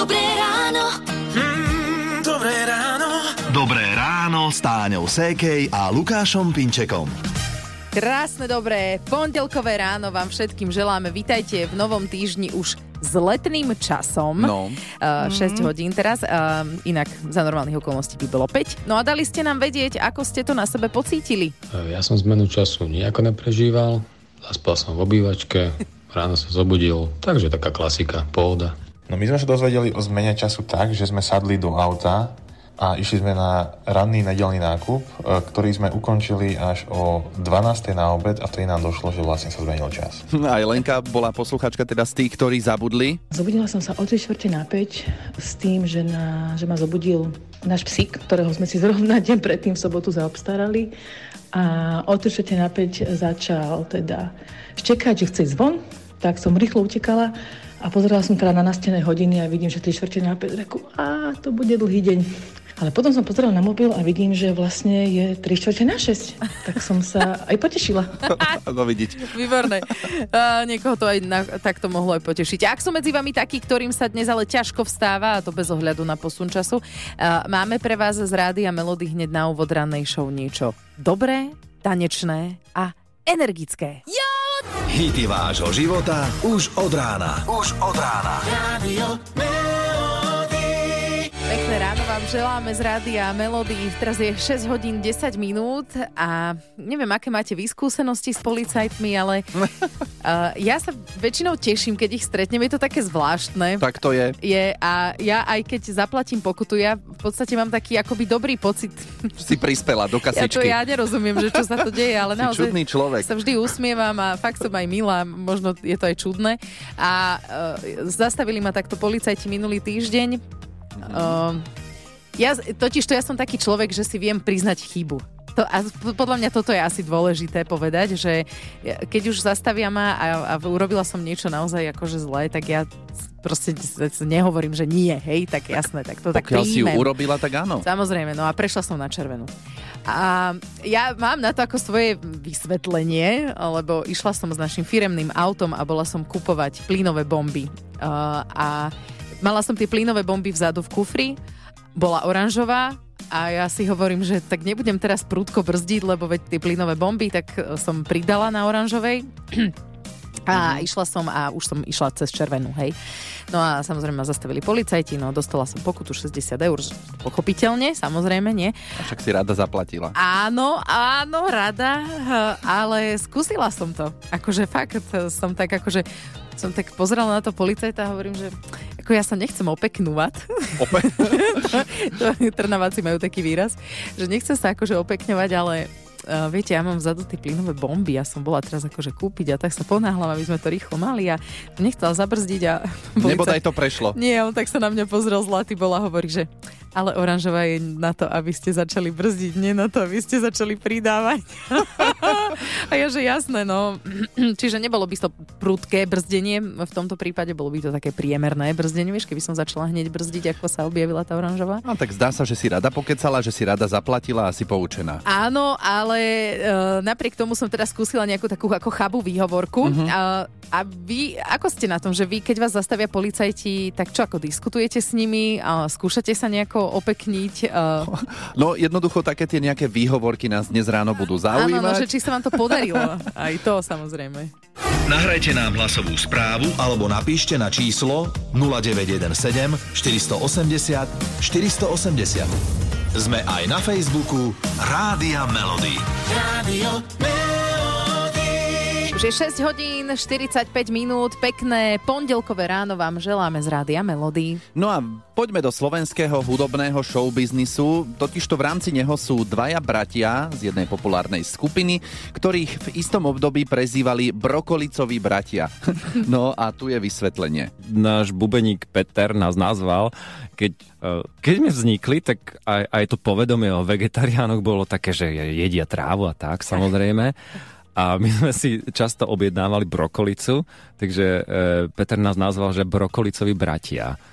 Dobré ráno. Dobré ráno. Dobré ráno s Táňou Sékej a Lukášom Pinčekom. Krásne, dobré pondelkové ráno vám všetkým želáme. Vítajte v novom týždni už s letným časom. 6 hodín teraz. Inak za normálnych okolností by bolo 5. No a dali ste nám vedieť, ako ste to na sebe pocítili. Ja som zmenu času nejako neprežíval. Zaspal som v obývačke, ráno sa zobudil, takže taká klasika, pohoda. No my sme sa dozvedeli o zmene času tak, že sme sadli do auta a išli sme na ranný nedeľný nákup, ktorý sme ukončili až o 12:00 na obed a vtedy nám došlo, že vlastne sa zmenil čas. Aj Lenka bola posluchačka teda z tých, ktorí zabudli. Zobudila som sa o 3:45 s tým, že ma zobudil náš psík, ktorého sme si zrovna deň predtým v sobotu zaobstarali. A o 3:45 začal teda štekať, že chce ísť von, tak som rýchlo utekala a pozerala som teda na nastené hodiny a vidím, že 3:45, reku, to bude dlhý deň. Ale potom som pozerala na mobil a vidím, že vlastne je 3:45. Tak som sa aj potešila. No vidieť. Výborné. Niekoho to aj takto mohlo aj potešiť. Ak sú medzi vami takí, ktorým sa dnes ale ťažko vstáva, a to bez ohľadu na posun času, máme pre vás z Rádia Melody hneď na úvod rannej show niečo dobré, tanečné a energické. Hity vášho života už od rána. Rádio Melody. Pekné ráno vám želáme z Rádia Melody. Teraz je 6 hodín 10 minút a neviem, aké máte vy skúsenosti s policajtmi, ale ja sa väčšinou teším, keď ich stretnem. Je to také zvláštne. Tak to je. A ja aj keď zaplatím pokutu, ja v podstate mám taký akoby dobrý pocit. Si prispela do kasičky. Ja nerozumiem, že čo sa to deje, ale naozaj čudný človek. Sa vždy usmievam a fakt som aj milá, možno je to aj čudné. A zastavili ma takto policajti minulý týždeň. Ja som taký človek, že si viem priznať chybu. A podľa mňa toto je asi dôležité povedať, že keď už zastavia ma a urobila som niečo naozaj akože zlé, tak ja proste nehovorím, že nie, hej, tak jasné, tak to tak príjmem. Pokiaľ si ju urobila, tak áno. Samozrejme, no a prešla som na červenú. A ja mám na to ako svoje vysvetlenie, lebo išla som s našim firemným autom a bola som kupovať plynové bomby. A mala som tie plynové bomby vzadu v kufri, bola oranžová a ja si hovorím, že tak nebudem teraz prudko brzdiť, lebo veď tie plynové bomby, tak som pridala na oranžovej a išla som a už som išla cez červenú, hej. No a samozrejme ma zastavili policajti, no dostala som pokutu 60 eur, pochopiteľne, samozrejme, nie. A však si rada zaplatila. Áno, rada, ale skúsila som to. Akože fakt som tak pozerala na to policajta a hovorím, že ako ja sa nechcem opeknúvať. Trnaváci majú taký výraz, že nechcem sa akože opekňovať, ale viete, ja mám vzadu tie plynové bomby, ja som bola teraz akože kúpiť a tak sa ponáhľam, aby sme to rýchlo mali a nechcela zabrzdiť a... Nebodaj to prešlo. Nie, on tak sa na mňa pozrel zlatý bol a hovorí, že ale oranžová je na to, aby ste začali brzdiť, nie na to, aby ste začali pridávať. A ja, že jasné, no. Čiže nebolo by to prudké brzdenie, v tomto prípade bolo by to také priemerné brzdenie, vieš, keby som začala hneď brzdiť, ako sa objavila tá oranžová. No tak zdá sa, že si rada pokecala, že si rada zaplatila a si poučená. Áno, ale napriek tomu som teda skúsila nejakú takú ako chabú výhovorku. A vy, ako ste na tom, že vy, keď vás zastavia policajti, tak čo, ako diskutujete s nimi? Skúšate sa nejako opekniť? No jednoducho také tie nejaké výhovorky nás dnes ráno budú zaujímať. Áno, že či sa vám to podarilo. Aj to samozrejme. Nahrajte nám hlasovú správu alebo napíšte na číslo 0917 480 480. Sme aj na Facebooku Rádia Melody. Rádio Melody. Už je 6 hodín, 45 minút, pekné pondelkové ráno vám želáme z Rádia Melody. No a poďme do slovenského hudobného showbiznisu, totižto v rámci neho sú dvaja bratia z jednej populárnej skupiny, ktorých v istom období prezývali brokolicoví bratia. No a tu je vysvetlenie. Náš bubeník Peter nás nazval, keď sme vznikli, tak aj to povedomie o vegetariánoch bolo také, že jedia trávu a tak, samozrejme. A my sme si často objednávali brokolicu, takže Peter nás nazval, že brokolicoví bratia.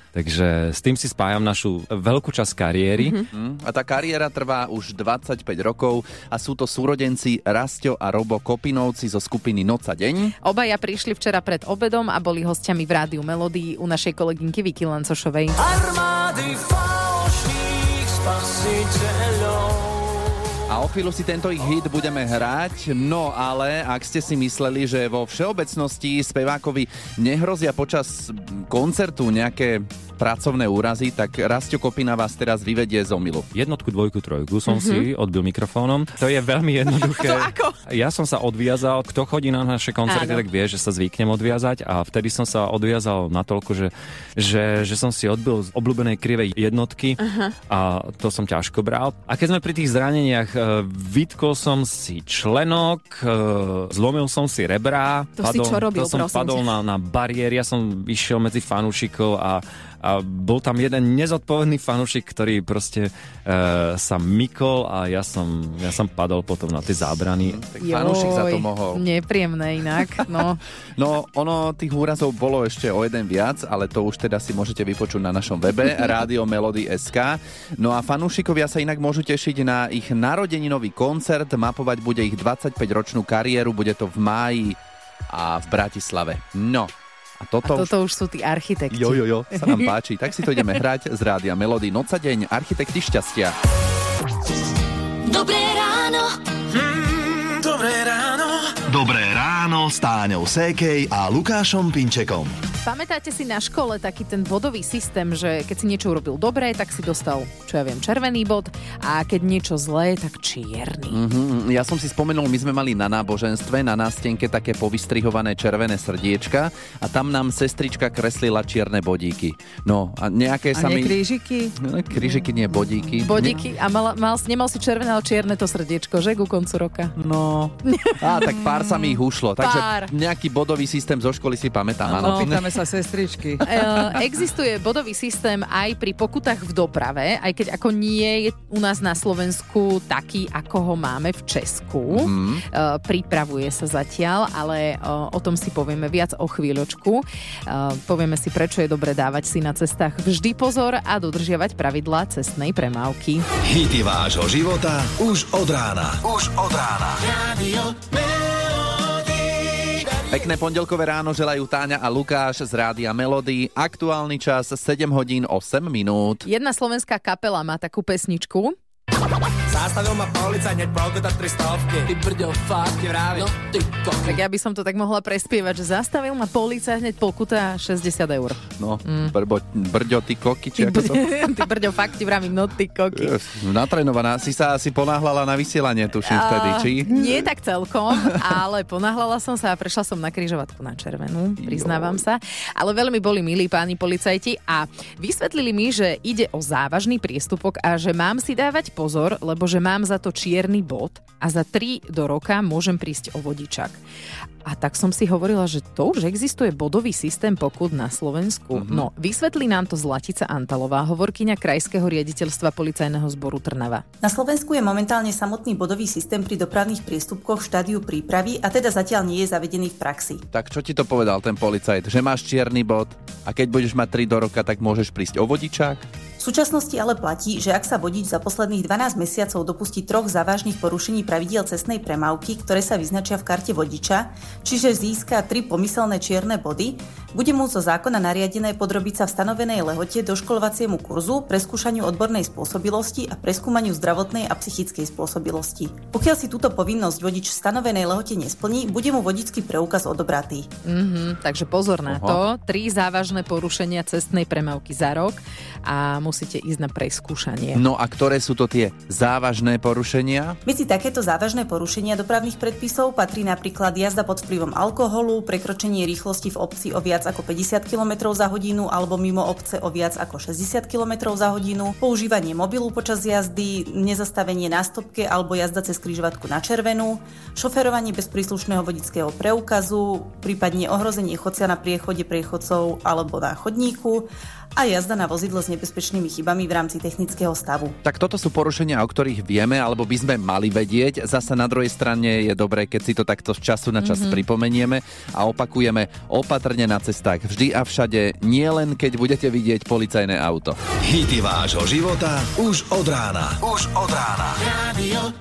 Takže s tým si spájam našu veľkú časť kariéry. A tá kariéra trvá už 25 rokov a sú to súrodenci Rasťo a Robo Kopinovci zo skupiny Noc a deň. Obaja prišli včera pred obedom a boli hostiami v Rádiu Melody u našej kolegynky Vicky Lancošovej. Armády falošných spasiteľov. A o chvíľu si tento ich hit budeme hrať, no ale ak ste si mysleli, že vo všeobecnosti spevákovi nehrozia počas koncertu nejaké pracovné úrazy, tak Rasťo Kopina vás teraz vyvedie z omylu. 1, 2, 3 som si odbil mikrofónom. To je veľmi jednoduché. To ako? Ja som sa odviazal, kto chodí na naše koncerty, tak vie, že sa zvyknem odviazať a vtedy som sa odviazal natoľko, že som si odbil z obľúbenej krivej jednotky a to som ťažko bral. A keď sme pri tých zraneniach, vytkol som si členok, zlomil som si rebra. To si čo robil, som padol na bariéry, ja som išiel medzi fanúšikov a bol tam jeden nezodpovedný fanúšik, ktorý proste sa mykol a ja som padol potom na tie zábrany. Fanúšik za to mohol. Nepríjemné inak, no. No, ono tých úrazov bolo ešte o jeden viac, ale to už teda si môžete vypočuť na našom webe radiomelody.sk. No a fanúšikovia sa inak môžu tešiť na ich narodeninový koncert. Mapovať bude ich 25-ročnú kariéru, bude to v máji a v Bratislave. No, a toto už sú tí architekti. Jo, sa nám páči. Tak si to ideme hrať z Rádia Melody. Noc a deň, architekti šťastia. Dobré ráno. Dobré ráno. Dobré ráno s Táňou Sékej a Lukášom Pinčekom. Pamätáte si na škole taký ten bodový systém, že keď si niečo urobil dobre, tak si dostal, čo ja viem, červený bod a keď niečo zlé, tak čierny. Ja som si spomenul, my sme mali na náboženstve na nástenke také povystrihované červené srdiečka a tam nám sestrička kreslila čierne bodíky. No a nejaké sa mi... krížiky? No, krížiky, nie bodíky. Bodíky a nemal si červené, ale čierne to srdiečko, že ku koncu roka? No. Tak pár sa mi ich ušlo. Takže nejaký bodový systém zo školy si pamätám. Áno, pýtame sa sestričky. Existuje bodový systém aj pri pokutách v doprave, aj keď ako nie je u nás na Slovensku taký, ako ho máme v Česku. Pripravuje sa zatiaľ, ale o tom si povieme viac o chvíľočku. Povieme si, prečo je dobre dávať si na cestách vždy pozor a dodržiavať pravidlá cestnej premávky. Hity vášho života už od rána. Rádio Pekné pondelkové ráno želajú Táňa a Lukáš z Rádia Melody. Aktuálny čas 7 hodín 8 minút. Jedna slovenská kapela má takú pesničku. Zastavil ma policajt, hneď pokuta 300. Ty brďo, fakt, nevrávi. No, ty kokos. Tak ja by som to tak mohla prespievať, že zastavil ma policajt, hneď pokuta 60 eur. No, brďo, ty koky, či ako to? Ty brďo, fakt ti vravím, no ty koky. Natrénovaná, si sa asi ponáhľala na vysielanie, tuším vtedy, či? Nie tak celkom, ale ponáhľala som sa a prešla som na križovatku na červenú, priznávam sa. Ale veľmi boli milí páni policajti a vysvetlili mi, že ide o závažný priestupok a že mám si dávať pozor, lebo že mám za to čierny bod a za 3 do roka môžem prísť o vodičak. A tak som si hovorila, že to už existuje bodový systém pokut na Slovensku. No, vysvetlí nám to Zlatica Antalová, hovorkyňa Krajského riaditeľstva Policajného zboru Trnava. Na Slovensku je momentálne samotný bodový systém pri dopravných priestupkoch v štádiu prípravy a teda zatiaľ nie je zavedený v praxi. Tak čo ti to povedal ten policajt? Že máš čierny bod a keď budeš mať 3 do roka, tak môžeš prísť o vodičák? V súčasnosti ale platí, že ak sa vodič za posledných 12 mesiacov dopustí 3 závažných porušení pravidiel cestnej premávky, ktoré sa vyznačia v karte vodiča, čiže získa 3 pomyselné čierne body, bude môcť zo zákona nariadené podrobiť sa v stanovenej lehote doškolovaciemu kurzu, preskúšaniu odbornej spôsobilosti a preskúmaniu zdravotnej a psychickej spôsobilosti. Pokiaľ si túto povinnosť vodič v stanovenej lehote nesplní, bude mu vodičský preukaz odobratý. Takže pozor na to, 3 závažné porušenia cestnej premávky za rok a musíte ísť na preskúšanie. No a ktoré sú to tie závažné porušenia? Medzi takéto závažné porušenia dopravných predpisov patrí napríklad jazda pod vplyvom alkoholu, prekročenie rýchlosti v obci o viac ako 50 km za hodinu alebo mimo obce o viac ako 60 km za hodinu, používanie mobilu počas jazdy, nezastavenie na stopke alebo jazda cez križovatku na červenú, šoférovanie bez príslušného vodičského preukazu, prípadne ohrozenie chodca na priechode priechodcov alebo na chodníku a jazda na vozidle s nebezpečným závažnými chybami v rámci technického stavu. Tak toto sú porušenia, o ktorých vieme, alebo by sme mali vedieť. Zasa na druhej strane je dobré, keď si to takto z času na čas pripomenieme a opakujeme opatrne na cestách vždy a všade, nie len keď budete vidieť policajné auto. Hity vášho života už od rána. Už od rána. Radio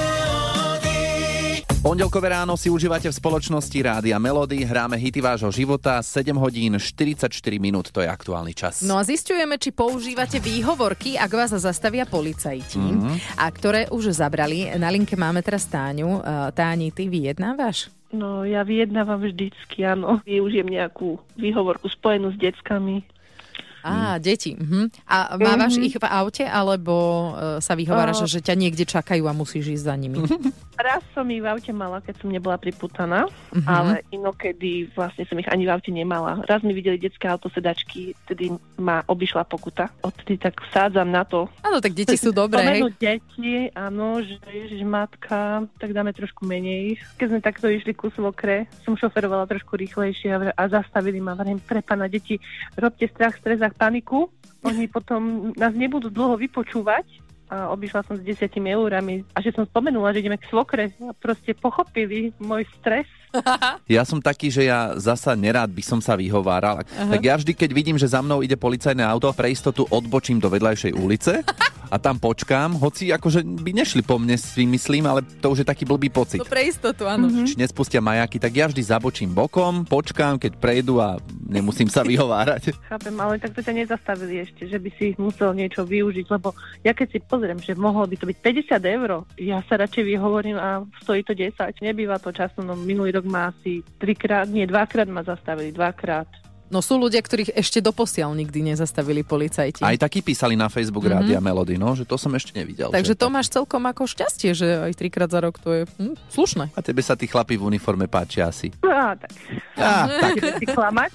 Pondelkové ráno si užívate v spoločnosti Rádia Melody, hráme hity vášho života, 7 hodín 44 minút, to je aktuálny čas. No a zisťujeme, či používate výhovorky, ak vás zastavia policajti, a ktoré už zabrali. Na linke máme teraz Táňu. Táni, ty vyjednávaš? No, ja vyjednávam vždycky, áno. Využijem nejakú výhovorku spojenú s deckami. Deti. A mávaš ich v aute, alebo sa vyhováraš, že ťa niekde čakajú a musíš ísť za nimi? Raz som ich v aute mala, keď som nebola pripútaná, ale inokedy vlastne som ich ani v aute nemala. Raz mi videli detské autosedačky, tedy ma obišla pokuta. Odtedy tak sádzam na to. Áno, tak deti sú dobré, hej? Deti, áno, že ježiš matka, tak dáme trošku menej. Keď sme takto išli ku svokre, som šoferovala trošku rýchlejšie a zastavili ma. Varím, pre pána deti, robte strach, stres a paniku. Oni potom nás nebudú dlho vypočúvať. A obišla som s 10 eurami a že som spomenula, že ideme k svokre a proste pochopili môj stres. Ja som taký, že ja zasa nerád by som sa vyhováral. Tak ja vždy, keď vidím, že za mnou ide policajné auto, pre istotu odbočím do vedľajšej ulice a tam počkám, hoci akože by nešli po mne, si myslím, ale to už je taký blbý pocit. To pre istotu, áno. Či nespustia majaky, tak ja vždy zabočím bokom, počkám, keď prejdú a nemusím sa vyhovárať. Chápem, ale tak to ťa nezastavili ešte, že by si musel niečo využiť, lebo ja keď si pozriem, že mohlo by to byť 50 eur, ja sa radšej vyhovorím a stojí to 10. Nebýva to často, no minulý rok ma asi dvakrát ma zastavili, dvakrát. No sú ľudia, ktorých ešte doposiaľ nikdy nezastavili policajti. Aj takí písali na Facebook Rádia Melody, no, že to som ešte nevidel. Takže to máš celkom ako šťastie, že aj 3-krát za rok to je slušné. A tebe sa tí chlapi v uniforme páčia asi. Tak. Si klamať.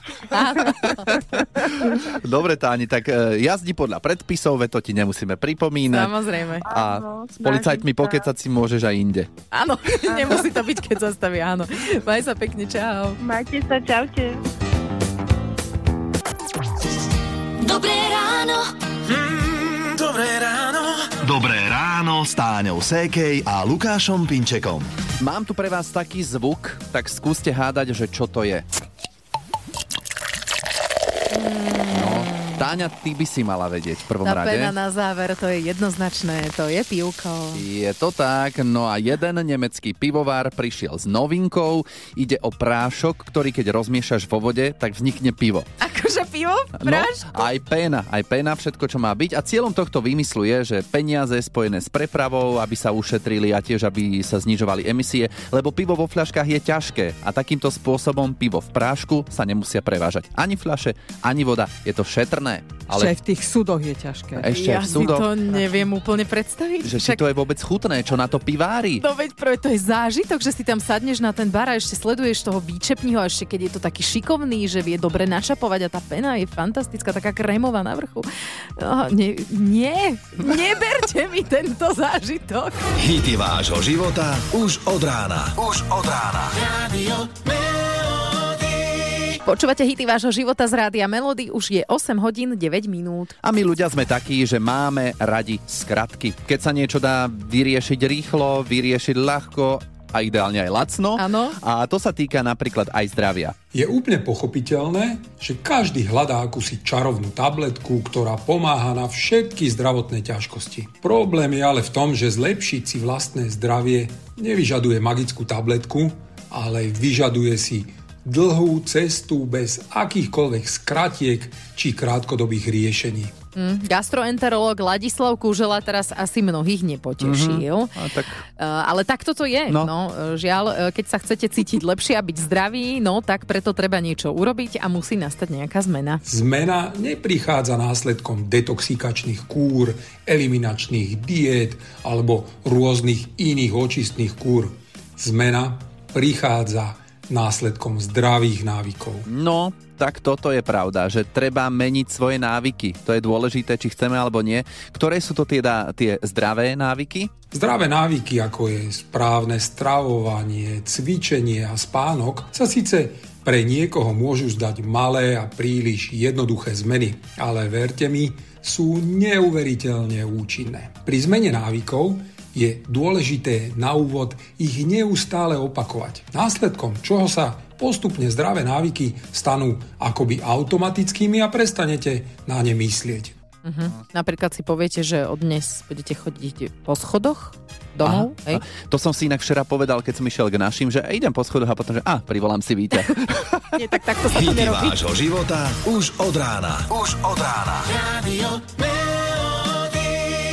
Dobre, Táni, tak jazdí podľa predpisov, to ti nemusíme pripomínať. Samozrejme. A s policajtmi pokecať si môžeš aj inde. Áno, nemusí to byť, keď zastavia, áno. Maj sa pekne, čau. Majte sa, čaute. Dobré ráno. Dobré ráno. Dobré ráno s Táňou Sékej a Lukášom Pinčekom. Mám tu pre vás taký zvuk, tak skúste hádať, že čo to je. Táňa, ty by si mala vedieť v prvom rade. Tá pena na záver, to je jednoznačné, to je pivko. Je to tak, no a jeden nemecký pivovár prišiel s novinkou. Ide o prášok, ktorý keď rozmiešaš vo vode, tak vznikne pivo. Akože pivo? Prášok? No, aj pena, všetko, čo má byť. A cieľom tohto výmyslu je, že peniaze spojené s prepravou, aby sa ušetrili a tiež, aby sa znižovali emisie, lebo pivo vo fľaškách je ťažké a takýmto spôsobom pivo v prášku sa nemusia prevážať ani fľaše, ani voda. Je to šetrné. Ale v tých súdoch je ťažké. Ešte ja v súdoch. Si to neviem úplne predstaviť. Že či to je vôbec chutné, čo na to pivári. No veď to je zážitok, že si tam sadneš na ten bar a ešte sleduješ toho výčepního a ešte keď je to taký šikovný, že vie dobre načapovať a tá pena je fantastická, taká krémová na vrchu. No, neberte mi tento zážitok. Hity vášho života už od rána. Už od rána. Radio Počúvate hity vášho života z Rádia Melody, už je 8 hodín 9 minút. A my ľudia sme takí, že máme radi skratky. Keď sa niečo dá vyriešiť rýchlo, vyriešiť ľahko a ideálne aj lacno. Áno. A to sa týka napríklad aj zdravia. Je úplne pochopiteľné, že každý hľadá akúsi čarovnú tabletku, ktorá pomáha na všetky zdravotné ťažkosti. Problém je ale v tom, že zlepšiť si vlastné zdravie nevyžaduje magickú tabletku, ale vyžaduje si dlhú cestu bez akýchkoľvek skratiek či krátkodobých riešení. Gastroenterológ Ladislav Kúžela teraz asi mnohých nepotešil. Ale tak toto je. No, žiaľ, keď sa chcete cítiť lepšie a byť zdraví, no tak preto treba niečo urobiť a musí nastať nejaká zmena. Zmena neprichádza následkom detoxikačných kúr, eliminačných diét alebo rôznych iných očistných kúr. Zmena prichádza následkom zdravých návykov. No, tak toto je pravda, že treba meniť svoje návyky. To je dôležité, či chceme alebo nie. Ktoré sú to tie zdravé návyky? Zdravé návyky, ako je správne stravovanie, cvičenie a spánok, sa síce pre niekoho môžu zdať malé a príliš jednoduché zmeny, ale verte mi, sú neuveriteľne účinné. Pri zmene návykov je dôležité na úvod ich neustále opakovať. Následkom čoho sa postupne zdravé návyky stanú akoby automatickými a prestanete na ne myslieť. Napríklad si poviete, že od dnes budete chodiť po schodoch domov. To som si inak včera povedal, keď som išiel k našim, že idem po schodoch a potom, že privolám si Víťa. Nie, tak takto sa to nerobí. Hity vášho života už od rána. Už od rána. Radio Melody.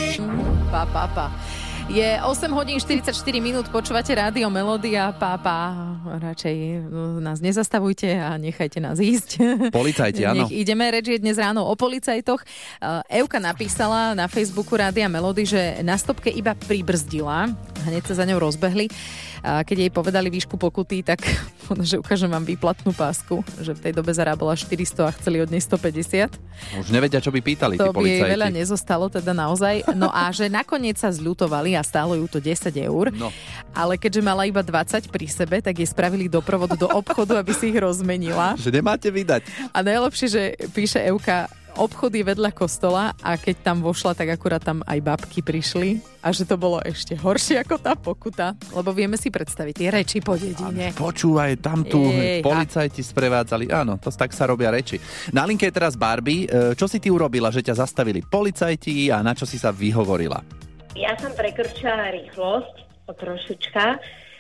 Pa. Je 8 hodín 44 minút, počúvate Rádio Melody a pápa, radšej nás nezastavujte a nechajte nás ísť. Policajti, áno. Nech ideme, reč je dnes ráno o policajtoch. Euka napísala na Facebooku Rádia Melody, že na stopke iba pribrzdila, hneď sa za ňou rozbehli. Keď jej povedali výšku pokuty, tak že ukážem vám výplatnú pásku, že v tej dobe zarábala 400 a chceli od nej 150. Už nevedia, čo by pýtali tí policajti. To by jej veľa nezostalo, teda naozaj. No a že nakoniec sa zľutovali a stálo ju to 10 eur. No. Ale keďže mala iba 20 pri sebe, tak jej spravili doprovod do obchodu, aby si ich rozmenila. Že nemáte vydať. A najlepšie, že píše Euka, obchod je vedľa kostola a keď tam vošla, tak akurát tam aj babky prišli a že to bolo ešte horšie ako tá pokuta, lebo vieme si predstaviť tie reči po dedine. Počúvaj, tam tu policajti sprevádzali, áno, to tak sa robia reči. Na linke je teraz Barbie, čo si ty urobila, že ťa zastavili policajti a na čo si sa vyhovorila? Ja som prekročila rýchlosť o trošička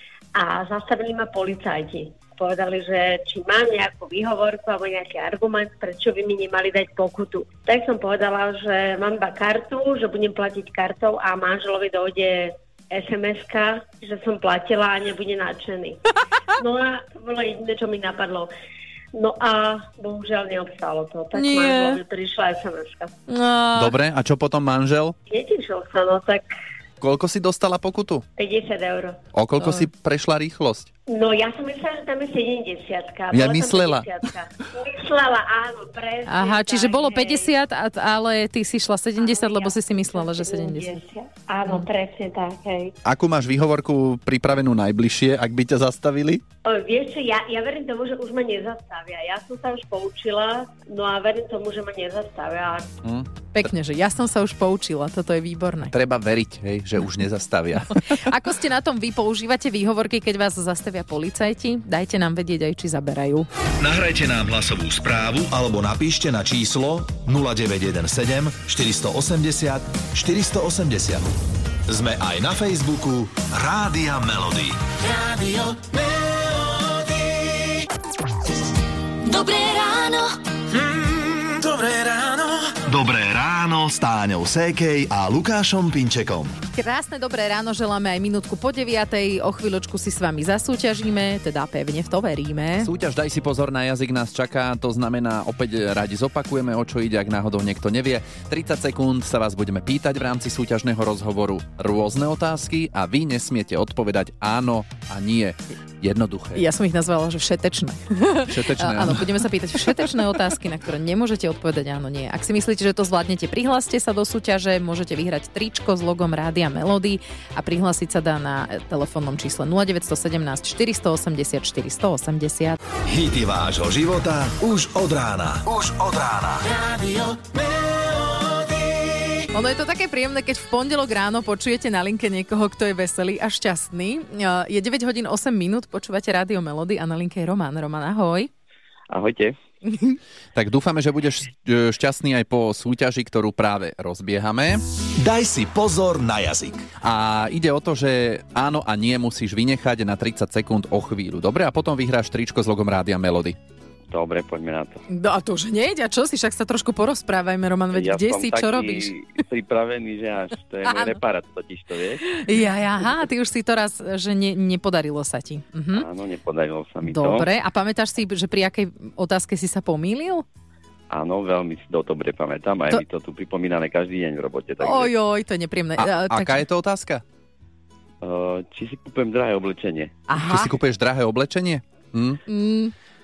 a zastavili ma policajti. Povedali, že či mám nejakú výhovorku alebo nejaký argument, prečo by mi nemali dať pokutu. Tak som povedala, že mám iba kartu, že budem platiť kartou a manželovi dojde SMS-ka, že som platila a nebude nadšený. No a to bolo jediné, čo mi napadlo. No a bohužiaľ neobstalo to. Tak manželovi prišla SMS-ka. Dobre, a čo potom manžel? Netešil sa, no tak... Koľko si dostala pokutu? 50 eur. O koľko si prešla rýchlosť? No ja som myslela, že tam je 70. Ja myslela. Myslela, áno, presne. Aha, čiže bolo 50, ale ty si šla 70, lebo si myslela, že 70. Áno, presne tak, hej. Akú máš výhovorku pripravenú najbližšie, ak by ťa zastavili? Vieš čo, ja verím tomu, že už ma nezastavia. Ja som sa už poučila, no a verím tomu, že ma nezastavia. Pekne, že ja som sa už poučila, toto je výborné. Treba veriť, hej, že už nezastavia. Ako ste na tom vy, používate výhovorky, keď vás zastavia policajti? Dajte nám vedieť aj, či zaberajú. Nahrajte nám hlasovú správu alebo napíšte na číslo 0917 480 480. Sme aj na Facebooku Rádia Melody. Radio Melody. Dobré ráno. Dobré ráno. Dobré ráno s Táňou Sékej a Lukášom Pinčekom. Krásne dobré ráno, želáme aj minútku po 9:00. O chvíľočku si s vami zasúťažíme, teda pevne v to veríme. Súťaž Daj si pozor na jazyk nás čaká, to znamená opäť radi zopakujeme, o čo ide, ak náhodou niekto nevie. 30 sekúnd sa vás budeme pýtať v rámci súťažného rozhovoru rôzne otázky a vy nesmiete odpovedať áno a nie. Jednoduché. Ja som ich nazvala, že všetečné. Všetečné, áno, budeme sa pýtať všetečné otázky, na ktoré nemôžete odpovedať áno, nie. Ak si myslíte, že to zvládnete, prihláste sa do súťaže, môžete vyhrať tričko s logom Rádia Melody a prihlásiť sa dá na telefónnom čísle 0917 480 480. Hity vášho života už od rána. Už od rána. Radio Melody. Ono je to také príjemné, keď v pondelok ráno počujete na linke niekoho, kto je veselý a šťastný. Je 9 hodín 8 minút, počúvate Rádio Melody a na linke je Roman. Roman, ahoj. Ahojte. Tak dúfame, že budeš šťastný aj po súťaži, ktorú práve rozbiehame. Daj si pozor na jazyk. A ide o to, že áno a nie musíš vynechať na 30 sekúnd o chvíľu. Dobre? A potom vyhráš tričko s logom Rádia Melody. Dobre, poďme na to. No a to už hneď, a čo si, však sa trošku porozprávajme, Roman, veď kde si, čo robíš? Ja som taký pripravený, že až to je môj reparát, totiž to vieš. Aha, ty už si to raz, že nepodarilo sa ti. Áno, nepodarilo sa mi to. Dobre, a pamätáš si, že pri akej otázke si sa pomýlil? Áno, veľmi si to dobre pamätám, aj mi to tu pripomínané každý deň v robote. Takže... Ojoj, to je nepríjemné. Aká je to otázka? Či si kúpem drahé oblečenie. Aha. Či si kúpeš drahé oblečenie?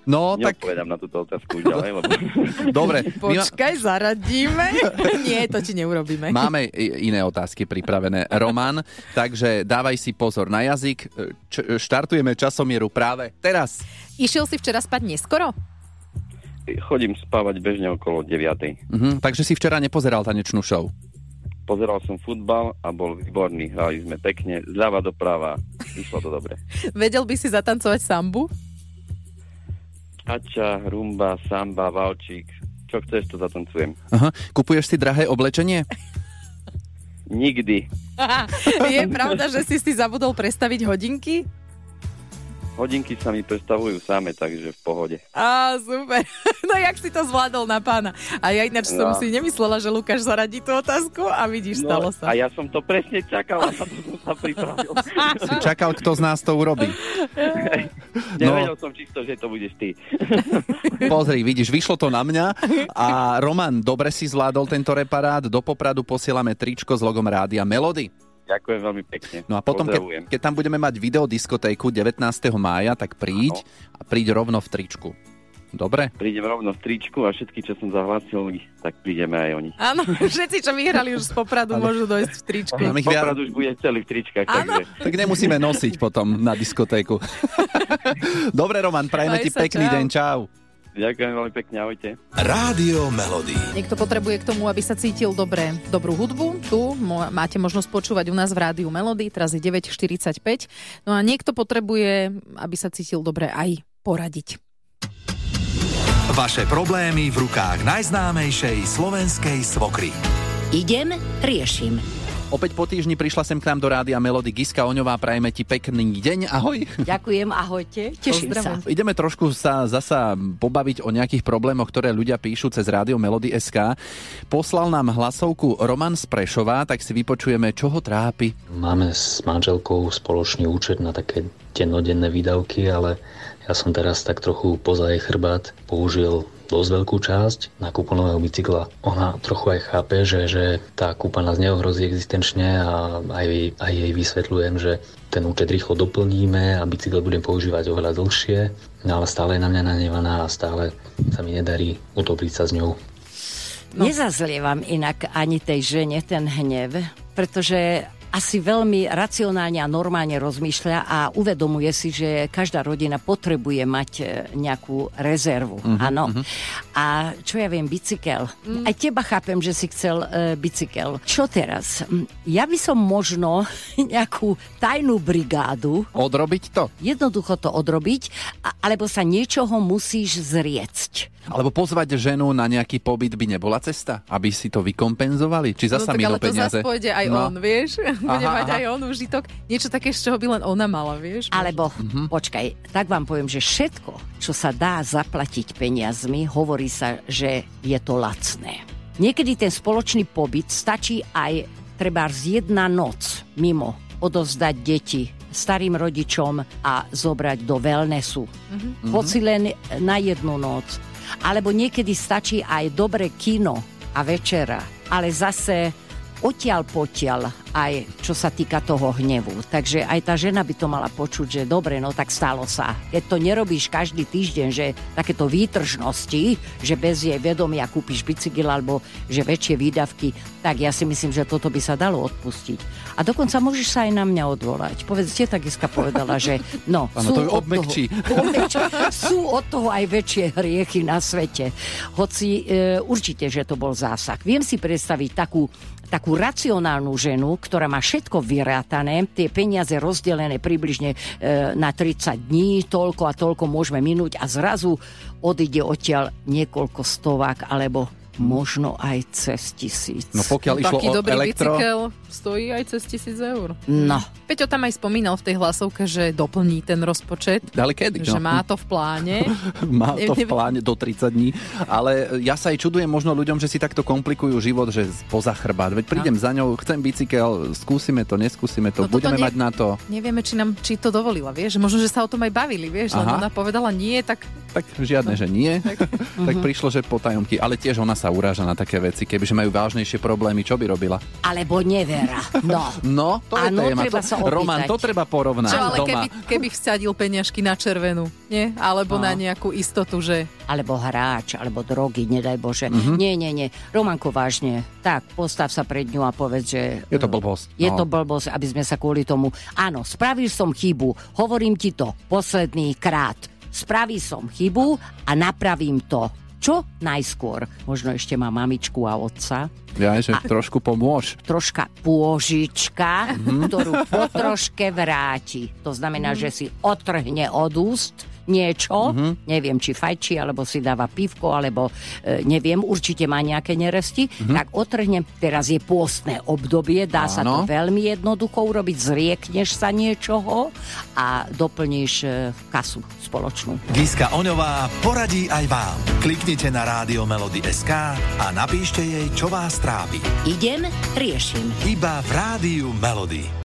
No, tak... Neodpovedám na túto otázku už ďalej, lebo... Dobre. Počkaj, zaradíme. Nie, to ti neurobíme. Máme iné otázky pripravené. Roman, takže dávaj si pozor na jazyk. Štartujeme časomieru práve teraz. Išiel si včera spať neskoro? Chodím spávať bežne okolo 9:00. Takže si včera nepozeral tanečnú show? Pozeral som futbal a bol výborný. Hrali sme pekne, zľava doprava. Išlo to dobre. Vedel by si zatancovať sambu? Ača, rumba, samba, valčík. Čo chceš, to zatancujem. Aha. Kupuješ si drahé oblečenie? Nikdy. Je pravda, že si zabudol prestaviť hodinky? Hodinky sa mi predstavujú same, takže v pohode. Á, super. No jak si to zvládol na pána. A ja ináč som si nemyslela, že Lukáš zaradí tú otázku a vidíš, stalo sa. A ja som to presne čakal a na to som sa pripravil. Si čakal, kto z nás to urobí. Nevedel som čisto, že to budeš ty. Pozri, vidíš, vyšlo to na mňa a Roman, dobre si zvládol tento reparát. Do Popradu posielame tričko s logom Rádia Melody. Ďakujem veľmi pekne. No a potom, keď tam budeme mať videodiskotéku 19. mája, tak príď a príď rovno v tričku. Dobre? Prídem rovno v tričku a všetky, čo som zahlásil, tak prídeme aj oni. Áno, všetci, čo vyhrali už z Popradu, môžu dojsť v tričke. Poprad už bude celý v tričkách. Takže... Tak nemusíme nosiť potom na diskotéku. Dobre, Roman, prajeme ti pekný deň. Čau. Ďakujem veľmi pekne, ahojte. Rádio Melody. Niekto potrebuje k tomu, aby sa cítil dobre, dobrú hudbu. Tu máte možnosť počúvať u nás v Rádiu Melody, teraz je 9:45. No a niekto potrebuje, aby sa cítil dobre, aj poradiť. Vaše problémy v rukách najznámejšej slovenskej svokry. Idem, riešim. Opäť po týždni prišla sem k nám do Rádia Melody Giska Oňová, prajeme ti pekný deň, ahoj. Ďakujem, ahojte, teším sa. Ideme trošku sa zasa pobaviť o nejakých problémoch, ktoré ľudia píšu cez Rádio Melody SK. Poslal nám hlasovku Roman z Prešova, tak si vypočujeme, čo ho trápi. Máme s manželkou spoločný účet na také dennodenné výdavky, ale ja som teraz tak trochu poza jej chrbát použil dosť veľkú časť na kúpu nového bicykla. Ona trochu aj chápe, že tá kúpa nás neohrozí existenčne a aj jej vysvetľujem, že ten účet rýchlo doplníme a bicykel budem používať oveľa dlhšie, ale stále je na mňa nahnevaná a stále sa mi nedarí utopiť sa s ňou. Nezazlievam inak ani tej žene ten hnev, pretože asi veľmi racionálne a normálne rozmýšľa a uvedomuje si, že každá rodina potrebuje mať nejakú rezervu. Áno. A čo ja viem, bicykel. Aj teba chápem, že si chcel bicykel. Čo teraz? Ja by som možno nejakú tajnú brigádu. Odrobiť to? Jednoducho to odrobiť, alebo sa niečoho musíš zriecť. Alebo pozvať ženu na nejaký pobyt by nebola cesta? Aby si to vykompenzovali? Či zasa minú peniaze? Ale to zase pôjde aj on, vieš? Bude mať aj on užitok. Niečo také, z čoho by len ona mala, vieš? Alebo, počkaj, tak vám poviem, že všetko, čo sa dá zaplatiť peniazmi, hovorí sa, že je to lacné. Niekedy ten spoločný pobyt stačí aj trebárs jedna noc mimo odovzdať deti starým rodičom a zobrať do wellnessu. Hoci len na jednu noc. Alebo niekedy stačí aj dobré kino a večera. Ale zase odtiaľ potiaľ aj čo sa týka toho hnevu. Takže aj tá žena by to mala počuť, že dobre, no tak stalo sa. Keď to nerobíš každý týždeň, že takéto výtržnosti, že bez jej vedomia kúpiš bicykel alebo že väčšie výdavky, tak ja si myslím, že toto by sa dalo odpustiť. A dokonca môžeš sa aj na mňa odvolať. Povedz, teta Giska povedala, že no, sú od toho aj väčšie hriechy na svete. Hoci určite, že to bol zásah. Viem si predstaviť takú racionálnu ženu, ktorá má všetko vyrátané, tie peniaze rozdelené približne na 30 dní, toľko a toľko môžeme minúť a zrazu odíde odtiaľ niekoľko stovák alebo možno aj cez 1000. No pokiaľ išlo taký o dobrý elektro... bicykel stojí aj cez 1000 eur. No. Peťo tam aj spomínal v tej hlasovke, že doplní ten rozpočet. Ale kedy? Že má to v pláne. Má to v pláne do 30 dní. Ale ja sa aj čudujem možno ľuďom, že si takto komplikujú život, že poza chrbát. Veď prídem za ňou, chcem bicykel, skúsime to, neskúsime to, budeme mať na to. Nevieme, či to dovolila, vieš. Možno, že sa o tom aj bavili, vieš. Len ona povedala nie, tak... Tak žiadne, že nie. Tak prišlo, že potajomky. Ale tiež ona sa sa uráža na také veci. Kebyže majú vážnejšie problémy, čo by robila? Alebo nevera. No, to je téma. Roman, to treba porovnať. Čo, ale doma. keby vsadil peňažky na červenú, nie? Alebo na nejakú istotu, že... Alebo hráč, alebo drogy, nedaj Bože. Nie. Romanko, vážne. Tak, postav sa pred ňu a povedz, že... Je to blbosť. Je to blbosť, aby sme sa kvôli tomu... Áno, spravil som chybu. Hovorím ti to posledný krát. Spravil som chybu a napravím to. Čo najskôr? Možno ešte má mamičku a otca. Ja, že trošku pomôž. Troška pôžička, ktorú po troške vráti. To znamená, že si otrhne od úst niečo, neviem, či fajčí, alebo si dáva pivko, alebo neviem, určite má nejaké neresti, tak otrhnem, teraz je pôstne obdobie, dá sa to veľmi jednoducho urobiť, zriekneš sa niečoho a doplníš kasu spoločnú. Giska Oňová poradí aj vám. Kliknite na Radiomelody.sk a napíšte jej, čo vás trápi. Idem, riešim. Iba v Rádiu Melody.